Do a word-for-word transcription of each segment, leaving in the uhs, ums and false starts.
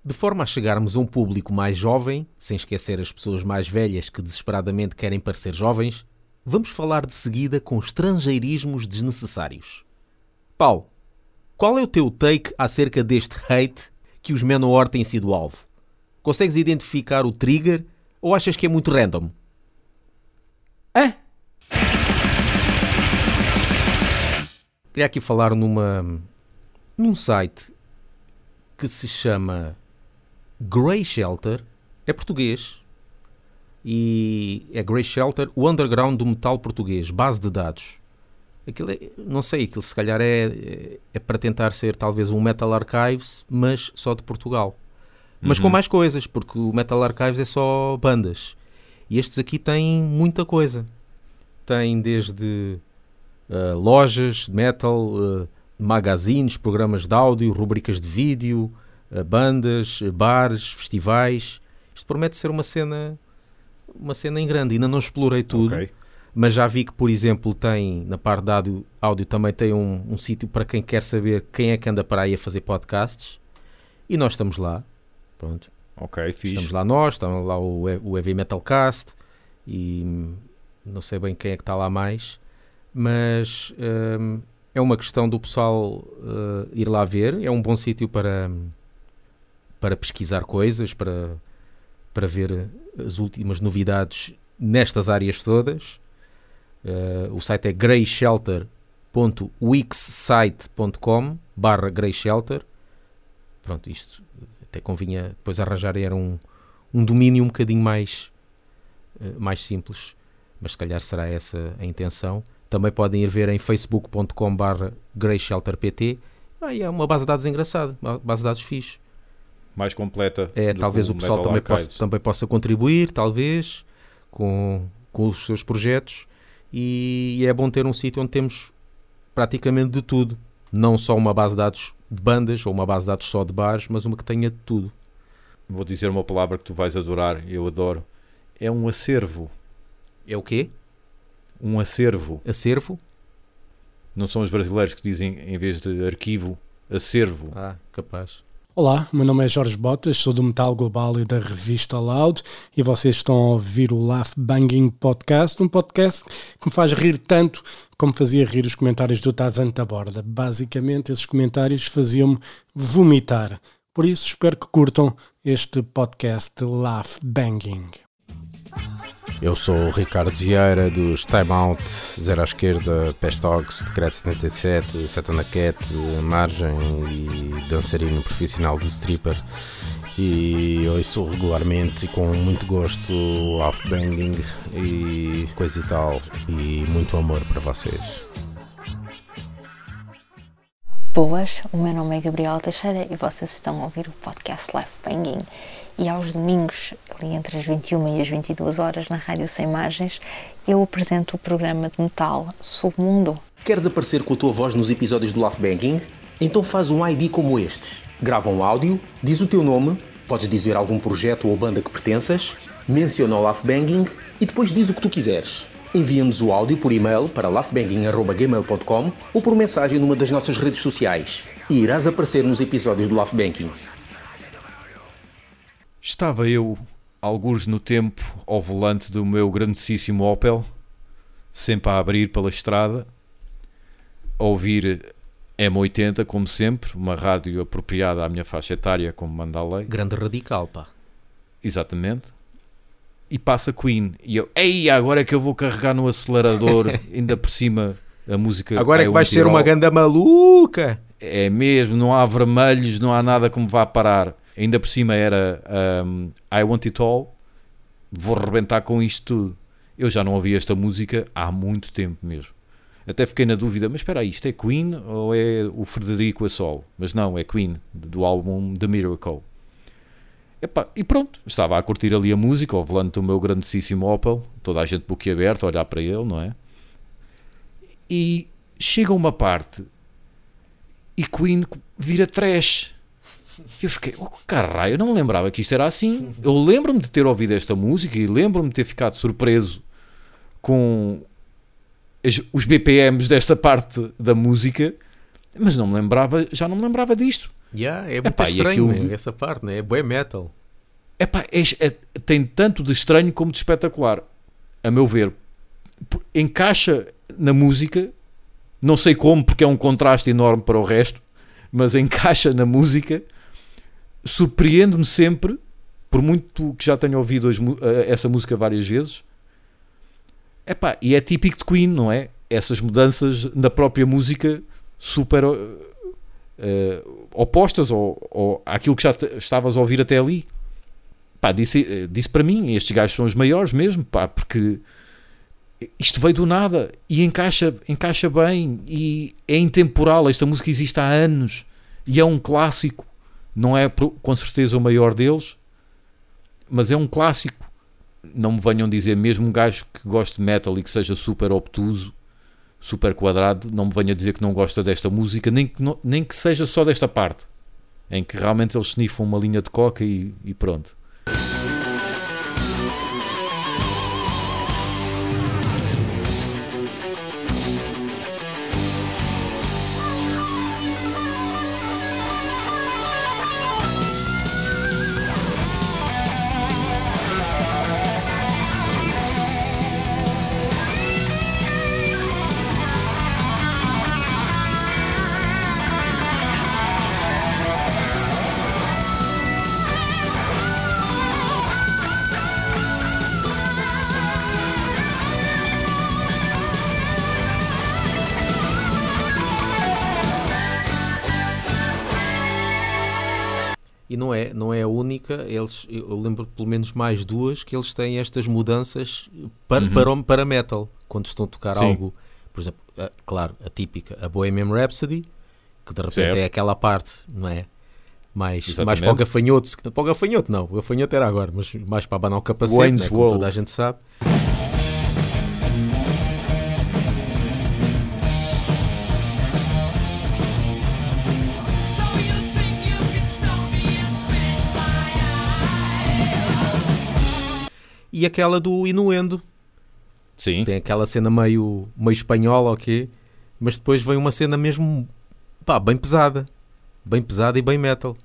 De forma a chegarmos a um público mais jovem, sem esquecer as pessoas mais velhas que desesperadamente querem parecer jovens, vamos falar de seguida com estrangeirismos desnecessários. Paulo, qual é o teu take acerca deste hate que os Manowar têm sido alvo? Consegues identificar o trigger ou achas que é muito random? Hã? Queria aqui falar numa, num site que se chama Grey Shelter, é português, e é Grey Shelter, o underground do metal português, base de dados. Aquilo é, não sei, aquilo se calhar é, é, é para tentar ser talvez um Metal Archives, mas só de Portugal. Mas uhum. com mais coisas, porque o Metal Archives é só bandas. E estes aqui têm muita coisa. Têm desde uh, lojas de metal, uh, magazines, programas de áudio, rubricas de vídeo, uh, bandas, uh, bares, festivais. Isto promete ser uma cena, uma cena em grande. Ainda não explorei tudo, okay. Mas já vi que, por exemplo, tem, na parte de áudio, áudio também tem um, um sítio para quem quer saber quem é que anda para aí a fazer podcasts. E nós estamos lá. Pronto. Ok, fixe. Estamos lá nós, estamos lá o, o Heavy Metal Cast e não sei bem quem é que está lá mais, mas um, é uma questão do pessoal uh, ir lá ver. É um bom sítio para, para pesquisar coisas, para, para ver as últimas novidades nestas áreas todas. Uh, o site é greyshelter ponto wixsite ponto com barra greyshelter. Pronto, isto até convinha depois arranjar era um, um domínio um bocadinho mais, uh, mais simples, mas se calhar será essa a intenção. Também podem ir ver em facebook ponto com barra greyshelterpt. Ah, é uma base de dados engraçada, uma base de dados fixe. Mais completa. É, talvez o pessoal também possa, também possa contribuir, talvez, com, com os seus projetos. E, e é bom ter um sítio onde temos praticamente de tudo. Não só uma base de dados de bandas ou uma base de dados só de bares, mas uma que tenha de tudo. Vou dizer uma palavra que tu vais adorar, eu adoro. É um acervo. É o quê? Um acervo. Acervo? Não são os brasileiros que dizem, em vez de arquivo, acervo. Ah, capaz. Olá, meu nome é Jorge Botas, sou do Metal Global e da revista Loud e vocês estão a ouvir o Laugh Banging Podcast, um podcast que me faz rir tanto como fazia rir os comentários do Tarzan da Borda. Basicamente, esses comentários faziam-me vomitar. Por isso, espero que curtam este podcast Laugh Banging. Eu sou o Ricardo Vieira dos Time Out, Zero à Esquerda, Pestox, Decreto setenta e sete, Setana Cat, Margem e dançarino profissional de stripper. E ouço regularmente e com muito gosto o Laugh Banging e coisa e tal. E muito amor para vocês. Boas, o meu nome é Gabriela Teixeira e vocês estão a ouvir o podcast Laugh Banging. E aos domingos, ali entre as vinte e uma e as vinte e duas horas, na Rádio Sem Margens, eu apresento o programa de metal Submundo. Queres aparecer com a tua voz nos episódios do Laugh Banging? Então faz um I D como este. Grava um áudio, diz o teu nome, podes dizer algum projeto ou banda que pertenças, menciona o Laugh Banging e depois diz o que tu quiseres. Envia-nos o áudio por e-mail para laughbanging arroba gmail ponto com ou por mensagem numa das nossas redes sociais e irás aparecer nos episódios do Laugh Banging. Estava eu, algures no tempo, ao volante do meu grandíssimo Opel, sempre a abrir pela estrada, a ouvir M oitenta, como sempre, uma rádio apropriada à minha faixa etária, como manda a lei. Grande radical, pá. Exatamente. E passa Queen. E eu, ei, agora é que eu vou carregar no acelerador, ainda por cima a música... Agora é que vai ser uma ganda maluca. É mesmo, não há vermelhos, não há nada que me vá parar. Ainda por cima era um, I Want It All. Vou rebentar com isto tudo. Eu já não ouvi esta música há muito tempo mesmo. Até fiquei na dúvida, mas espera aí, isto é Queen ou é o Frederico a solo? Mas não, é Queen, do álbum The Miracle. Epá, e pronto, estava a curtir ali a música ao volante do meu grandíssimo Opel, toda a gente boquiaberta a olhar para ele, não é? E chega uma parte e Queen vira trash. Eu fiquei, oh, caralho, eu não me lembrava que isto era assim. Eu lembro-me de ter ouvido esta música e lembro-me de ter ficado surpreso com as, os B P Ms desta parte da música, mas não me lembrava, já não me lembrava disto. Yeah, é muito Epá, e estranho, aquilo né? de- Essa parte, né? É bué metal. Epá, é, é, tem tanto de estranho como de espetacular, a meu ver. Por- Encaixa na música, não sei como, porque é um contraste enorme para o resto, mas encaixa na música, surpreende-me sempre, por muito que já tenha ouvido as mu- eh, essa música várias vezes. Epá, e é típico de Queen, não é? Essas mudanças na própria música super eh, eh, opostas ao, ao, àquilo que já te- estavas a ouvir até ali. Pá, disse, eh, disse para mim, estes gajos são os maiores mesmo, pá, porque isto veio do nada e encaixa, encaixa bem e é intemporal. Esta música existe há anos e é um clássico. Não é pro- com certeza o maior deles, mas é um clássico. Não me venham dizer, mesmo um gajo que goste de metal e que seja super obtuso, super quadrado, não me venha dizer que não gosta desta música, nem que, não- nem que seja só desta parte, em que realmente eles snifam uma linha de coca e, e pronto. E não é, não é a única, eles, eu lembro de pelo menos mais duas que eles têm estas mudanças para, Uhum. para, o- para metal, quando estão a tocar Sim. algo, por exemplo, a- claro, a típica, a Bohemian Rhapsody, que de repente Certo. é aquela parte, não é? Mais, mais Exatamente. para o gafanhoto, se- para o gafanhoto não, o gafanhoto era agora, mas mais para abanar o capacete, Wayne's né, como World. toda a gente sabe. E aquela do Inuendo, Sim. tem aquela cena meio, meio espanhola, ok? Mas depois vem uma cena mesmo, pá, bem pesada. Bem pesada e bem metal.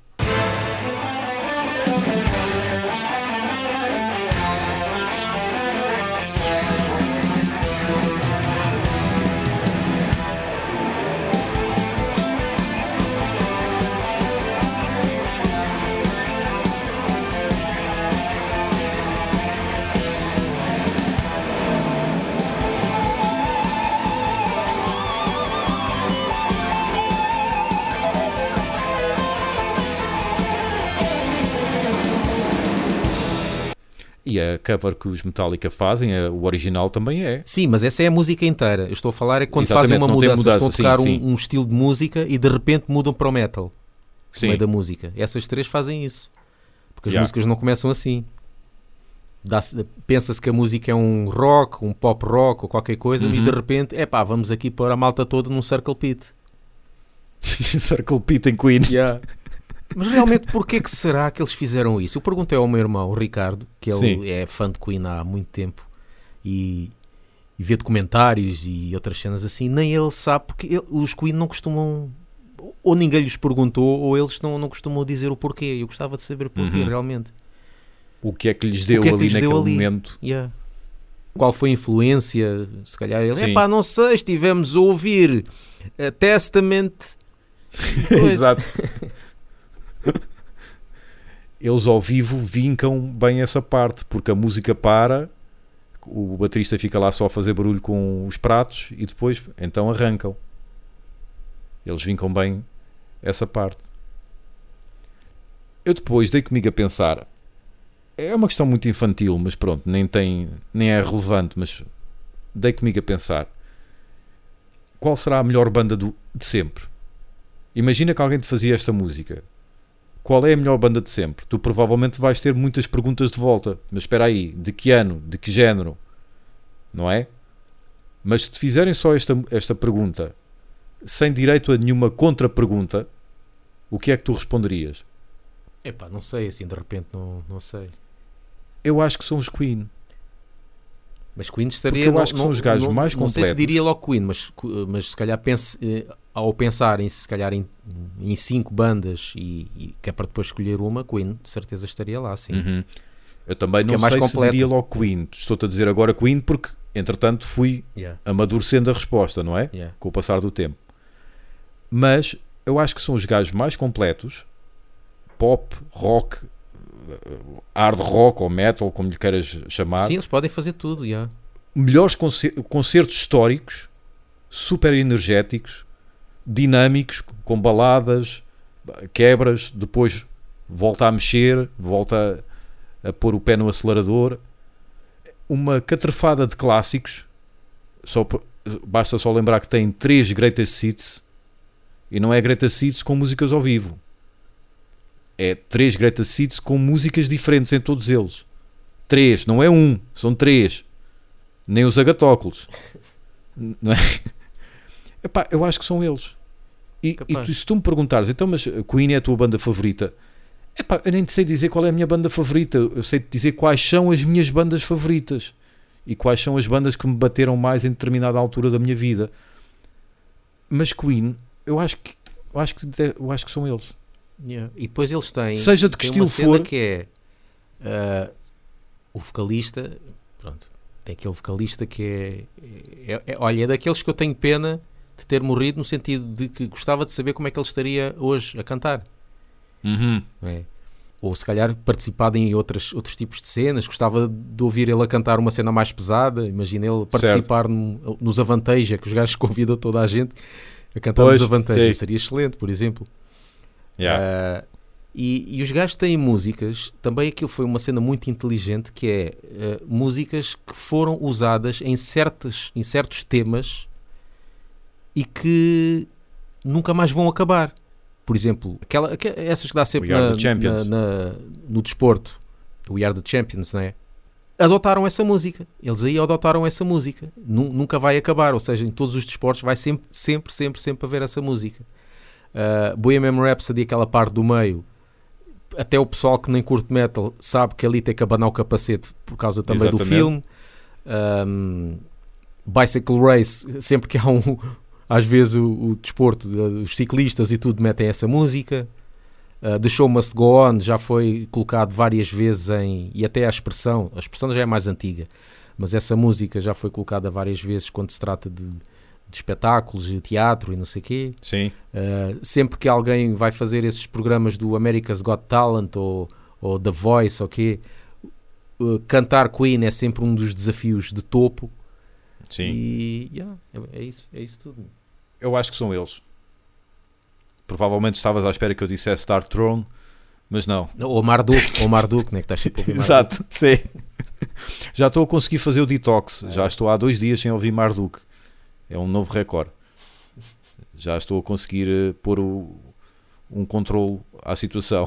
E a cover que os Metallica fazem, a- o original também é. Sim, mas essa é a música inteira. Eu estou a falar é quando Exatamente, fazem uma não tem mudança, estão a mudança, tocar sim, um, sim. um estilo de música e de repente mudam para o metal. No Sim. meio da música. Essas três fazem isso. Porque as Yeah. músicas não começam assim. Dá-se- Pensa-se que a música é um rock, um pop rock ou qualquer coisa e Uhum. de repente, é pá, vamos aqui pôr a malta toda num circle pit. Circle Pit em Queen. Mas realmente porquê que será que eles fizeram isso? Eu perguntei ao meu irmão, o Ricardo, que ele Sim. é fã de Queen há muito tempo e, e vê documentários e outras cenas assim, nem ele sabe, porque ele- os Queen não costumam, ou ninguém lhes perguntou, ou eles não, não costumam dizer o porquê. Eu gostava de saber porquê, Uhum. realmente. O que é que lhes deu O que é que ali lhes deu naquele ali? momento? Yeah. Qual foi a influência? Se calhar ele, Sim. epá, não sei, estivemos a ouvir a Testament. e coisa." Exato. Eles ao vivo vincam bem essa parte, porque a música para, o baterista fica lá só a fazer barulho com os pratos e depois então arrancam. Eles vincam bem essa parte. Eu depois dei comigo a pensar, é uma questão muito infantil, mas pronto, nem, tem, nem é relevante, mas dei comigo a pensar, qual será a melhor banda do, de sempre? Imagina que alguém te fazia esta música. Qual é a melhor banda de sempre? Tu provavelmente vais ter muitas perguntas de volta. Mas espera aí, de que ano? De que género? Não é? Mas se te fizerem só esta, esta pergunta, sem direito a nenhuma contra-pergunta, o que é que tu responderias? Epá, não sei, assim, de repente, não, não sei. Eu acho que são os Queen. Mas Queen estaria... Porque eu não- acho que não- são os gajos não- mais Não sei se completos. diria logo Queen, mas, mas se calhar pense... eh, ao pensar em se calhar em, em cinco bandas e, e que é para depois escolher uma, Queen de certeza estaria lá, sim. Uhum. Eu também não é mais sei completo. se diria logo Queen. Estou-te a dizer agora Queen porque, entretanto, fui Yeah. amadurecendo a resposta, não é? Yeah. Com o passar do tempo. Mas eu acho que são os gajos mais completos, pop, rock, hard rock ou metal, como lhe queiras chamar. Sim, eles podem fazer tudo, yeah. Melhores concer- concertos históricos, super energéticos, dinâmicos, com baladas, quebras, depois volta a mexer, volta a, a pôr o pé no acelerador. Uma catrefada de clássicos. Só, por- basta só lembrar que tem três Greatest Hits, e não é Greatest Hits com músicas ao vivo. É três Greatest Hits com músicas diferentes em todos eles. Três, não é um, são três. Nem os Agatóculos. Não é? Epá, eu acho que são eles. E, e Capaz. tu, se tu me perguntares, então, mas Queen é a tua banda favorita? Epá, eu nem te sei dizer qual é a minha banda favorita. Eu sei te dizer quais são as minhas bandas favoritas. E quais são as bandas que me bateram mais em determinada altura da minha vida. Mas Queen, eu acho que, eu acho que, eu acho que são eles. Yeah. E depois eles têm, Seja de que têm uma estilo cena for. que é ah, o vocalista, pronto, tem aquele vocalista que é, é, é olha, é daqueles que eu tenho pena de ter morrido, no sentido de que gostava de saber como é que ele estaria hoje a cantar. Uhum. Não é? Ou se calhar participado em outras, outros tipos de cenas, gostava de ouvir ele a cantar uma cena mais pesada, imagina ele participar no, nos Avanteja, que os gajos convidam toda a gente a cantar Pois, nos Avanteja, sim. seria excelente, por exemplo. Yeah. Uh, e, e os gajos têm músicas, também aquilo foi uma cena muito inteligente, que é uh, músicas que foram usadas em, certas, em certos temas e que nunca mais vão acabar. Por exemplo, aquela, aqu- essas que dá sempre We Are na, the Champions. na- na- no desporto, We Are the Champions, não é? Adotaram essa música, eles aí adotaram essa música, Nu- nunca vai acabar, ou seja, em todos os desportos vai sempre, sempre, sempre, sempre haver essa música. Uh, Bohemian Rhapsody, aquela parte do meio, até o pessoal que nem curte metal sabe que ali tem que abanar o capacete por causa também do Exatamente. filme. Um, Bicycle Race, sempre que há um, às vezes o, o desporto, os ciclistas e tudo metem essa música. Uh, The Show Must Go On já foi colocado várias vezes em, e até a expressão, a expressão já é mais antiga, mas essa música já foi colocada várias vezes quando se trata de, de espetáculos e teatro e não sei o quê. Sim. Uh, sempre que alguém vai fazer esses programas do America's Got Talent ou, ou The Voice, okay, uh, cantar Queen é sempre um dos desafios de topo. Sim. E yeah, é, é isso, é isso tudo. Eu acho que são eles. Provavelmente estavas à espera que eu dissesse Dark Throne, mas não. Ou Marduk, ou Marduk, né, que estás sempre a ouvir Marduk. Exato, sim. Já estou a conseguir fazer o detox. Já estou há dois dias sem ouvir Marduk. É um novo recorde. Já estou a conseguir uh, pôr o, um controle à situação.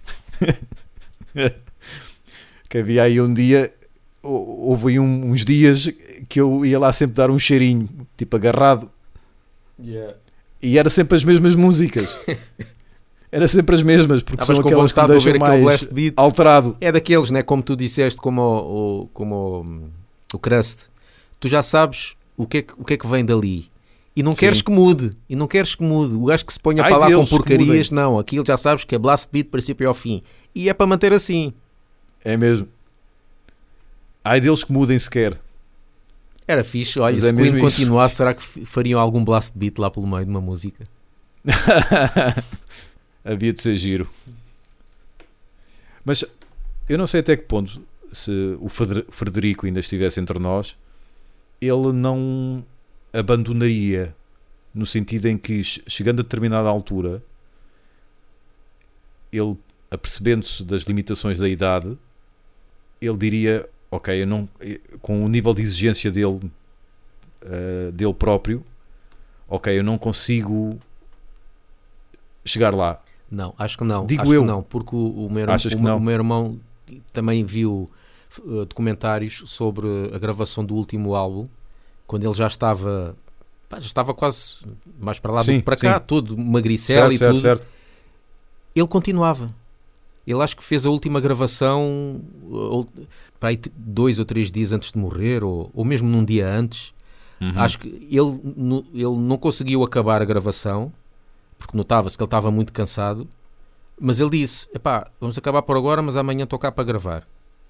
Que havia aí um dia, hou- houve aí um- uns dias que eu ia lá sempre dar um cheirinho, tipo agarrado. E era sempre as mesmas músicas. Era sempre as mesmas, porque Estavas são com aquelas que vontade me de ouvir deixam aquele mais blast beat. alterado. É daqueles, né, como tu disseste, como o, o- como o, o Crust. Tu já sabes o que, é que, o que é que vem dali. E não Sim. queres que mude. E não queres que mude. O gajo que se ponha Ai para lá com deles que porcarias, mudem. não. Aquilo já sabes que é blast beat, princípio ao fim. E é para manter assim. É mesmo. Ai deles que mudem sequer. Era fixe. Olha, Mas se é Queen mesmo isso. continuasse, será que f- fariam algum blast beat lá pelo meio de uma música? Havia de ser giro. Mas eu não sei até que ponto, se o Feder- Frederico ainda estivesse entre nós, ele não abandonaria, no sentido em que, che- chegando a determinada altura, ele, apercebendo-se das limitações da idade, ele diria, ok, eu não, com o nível de exigência dele, eh, dele próprio, ok, eu não consigo chegar lá. Não, acho que não. Digo acho eu. que não, porque o, o, meu, Achas o, que meu- não? o meu irmão também viu uh, documentários sobre a gravação do último álbum, quando ele já estava, pá, já estava quase mais para lá do Sim, que para cá, sim. todo magricelo e certo, tudo. certo. Ele continuava. Ele acho que fez a última gravação uh, para aí t- dois ou três dias antes de morrer, ou, ou mesmo num dia antes. Uhum. Acho que ele, no, ele não conseguiu acabar a gravação, porque notava-se que ele estava muito cansado, mas ele disse, epá, vamos acabar por agora, mas amanhã estou cá para gravar.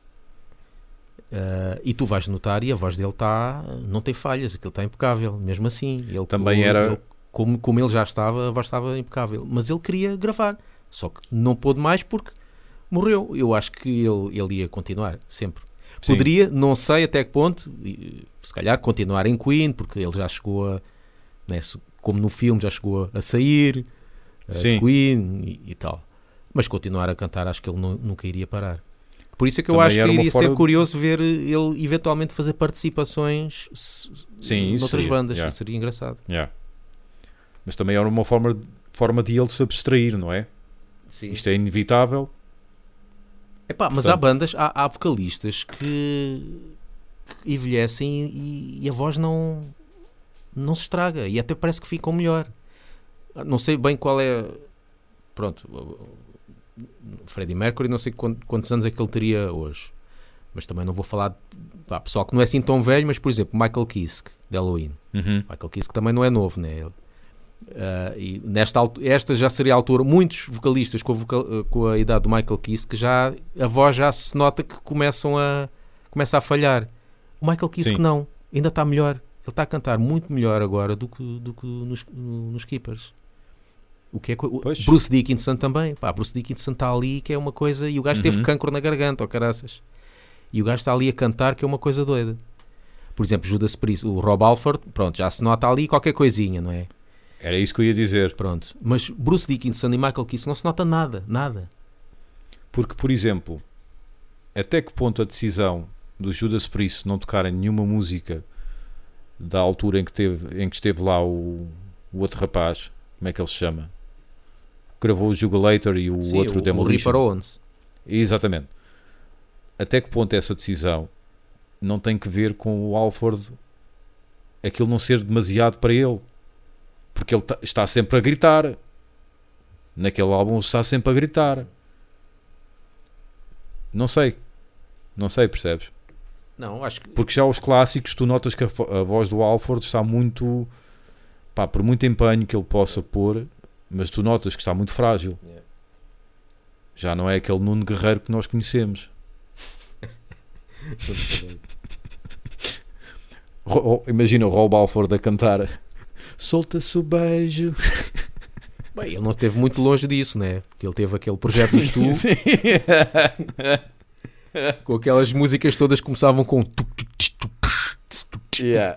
Uh, e tu vais notar, e a voz dele está, não tem falhas, aquilo está impecável, mesmo assim. Ele, Também ele, era... Ele, como, como ele já estava, a voz estava impecável, mas ele queria gravar, só que não pôde mais porque morreu. Eu acho que ele, ele ia continuar, sempre. Sim. Poderia, não sei até que ponto, se calhar continuar em Queen, porque ele já chegou a, né, como no filme, já chegou a sair uh, de Queen e, e tal. Mas continuar a cantar, acho que ele não, nunca iria parar. Por isso é que eu Também acho que iria fora... ser curioso ver ele eventualmente fazer participações Sim, noutras seria, bandas. yeah. Isso seria engraçado. Yeah. Mas também era uma forma, forma de ele se abstrair, não é? Sim. Isto é inevitável. Epá, mas Portanto... há bandas, há, há vocalistas que, que envelhecem e, e a voz não, não se estraga e até parece que ficam melhor. Não sei bem qual é... Pronto... Freddie Mercury, não sei quantos anos é que ele teria hoje, mas também não vou falar de pá, pessoal que não é assim tão velho, mas por exemplo Michael Kiske de Halloween. Uhum. Michael Kiske também não é novo, né? Ele, uh, e nesta altura, esta já seria a altura, muitos vocalistas com a, vocal, com a idade do Michael Kiske, já a voz já se nota que começam a, começa a falhar. O Michael Kiske não, ainda está melhor, ele está a cantar muito melhor agora do que, do que nos, nos Keepers. O que é co... Bruce Dickinson também. Pá, Bruce Dickinson está ali, que é uma coisa. E o gajo uhum. teve cancro na garganta, ó oh, caraças. E o gajo está ali a cantar, que é uma coisa doida. Por exemplo, Judas Priest, o Rob Halford, pronto, já se nota ali qualquer coisinha, não é? Era isso que eu ia dizer. Pronto. Mas Bruce Dickinson e Michael Kiske não se nota nada, nada. Porque, por exemplo, até que ponto a decisão do Judas Priest não tocarem nenhuma música da altura em que, teve, em que esteve lá o, o outro rapaz, como é que ele se chama? Gravou o Jugulator e o Sim, outro o, Demolition. O Ripper Owens. Exatamente. Até que ponto essa decisão não tem que ver com o Halford aquilo não ser demasiado para ele? Porque ele tá, está sempre a gritar. Naquele álbum está sempre a gritar. Não sei. Não sei, percebes? Não, acho que... Porque já os clássicos, tu notas que a, a voz do Halford está muito... Pá, por muito empenho que ele possa pôr... Mas tu notas que está muito frágil. Yeah. Já não é aquele Nuno Guerreiro que nós conhecemos. Imagina o Rob Halford a cantar Solta-se o beijo. Bem, ele não esteve muito longe disso, né? Porque ele teve aquele projeto dos Tu com aquelas músicas todas que começavam com yeah.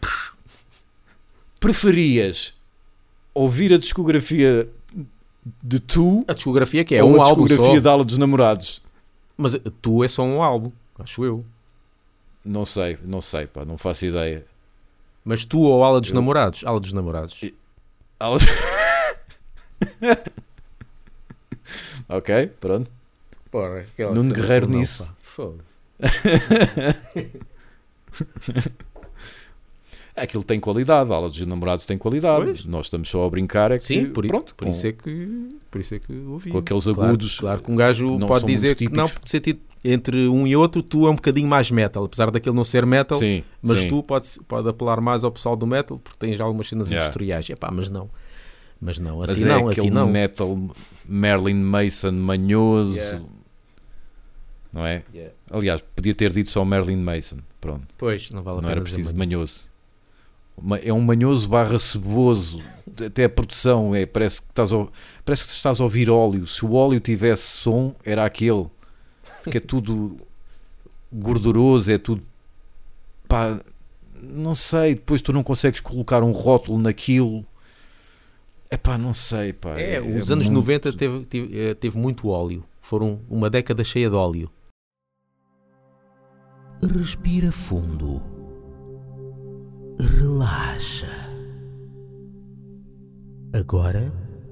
Preferias ouvir a discografia de Tu, a discografia que é ou um a álbum discografia só? da Ala dos Namorados? Mas Tu é só um álbum, acho eu. Não sei, não sei, pá, não faço ideia. Mas Tu ou Ala dos eu... Namorados? Ala dos Namorados. Ala... ok, pronto. Porra, Nuno Guerreiro nisso. Foda. Aquilo tem qualidade, a Ala dos Namorados tem qualidade. Pois. Nós estamos só a brincar. É que, sim, por, pronto, por, com, isso é que, por isso é que ouvi. Com aqueles claro, agudos. Claro que um gajo que pode dizer que não, porque sentido, entre um e outro, Tu é um bocadinho mais metal. Apesar daquele não ser metal, sim, mas sim. Tu pode, pode apelar mais ao pessoal do metal, porque tem já algumas cenas yeah. industriais. Epá, mas não. Mas não, assim mas não, é assim não. Metal Marilyn Manson manhoso. Yeah. Não é? Yeah. Aliás, podia ter dito só Marilyn Manson. Pronto. Pois, não vale a não pena era preciso manhoso. manhoso. É um manhoso barra ceboso. Até a produção é, parece, que estás a, parece que estás a ouvir óleo. Se o óleo tivesse som, era aquele. Porque é tudo gorduroso, é tudo pá, não sei, depois tu não consegues colocar um rótulo naquilo. É pá, não sei, pá. É, é, os é anos muito... noventa teve, teve, teve muito óleo. Foram uma década cheia de óleo. Respira fundo. Relaxa. Agora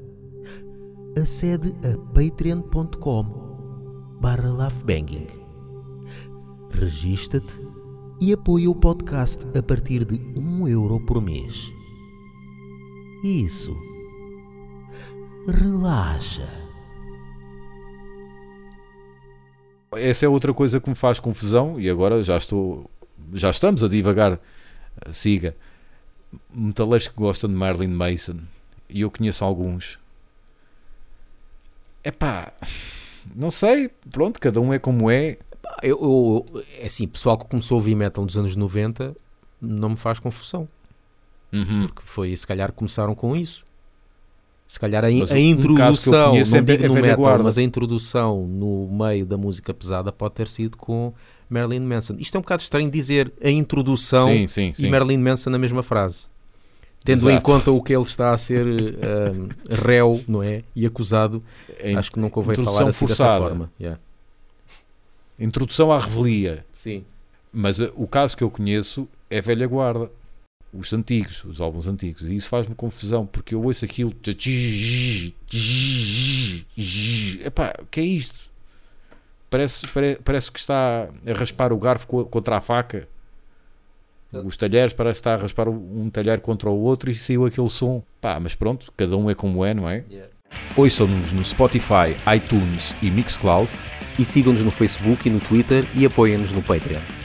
acede a patreon ponto com barra laughbanging. Regista-te e apoia o podcast a partir de um euro por mês. Isso. Relaxa. Essa é outra coisa que me faz confusão e agora já estou, já estamos a divagar siga. Metaleiros que gostam de Marilyn Manson, e eu conheço alguns. Epá, não sei, pronto, cada um é como é. Eu, eu, é assim, pessoal que começou a ouvir metal nos anos noventa não me faz confusão. Uhum. Porque foi, se calhar, começaram com isso. Se calhar a, in, Mas a um introdução, conheço não é, digo é no velha metal, guarda. mas a introdução no meio da música pesada pode ter sido com Marilyn Manson. Isto é um bocado estranho dizer a introdução Sim, sim, e sim. Marilyn Manson na mesma frase. Tendo Exato. em conta o que ele está a ser um, réu, não é? E acusado, A acho que não convém introdução falar assim forçada. dessa forma. Yeah. Introdução à revelia. Sim. Mas uh, o caso que eu conheço é velha guarda. Os antigos, os álbuns antigos. E isso faz-me confusão, porque eu ouço aquilo. Epá, o que é isto? Parece, pare, parece que está a raspar o garfo co- contra a faca. Os talheres, parece que está a raspar um talher contra o outro e saiu aquele som. Pá, mas pronto, cada um é como é, não é? Yeah. Ouçam-nos no Spotify, iTunes e Mixcloud. E sigam-nos no Facebook e no Twitter e apoiem-nos no Patreon.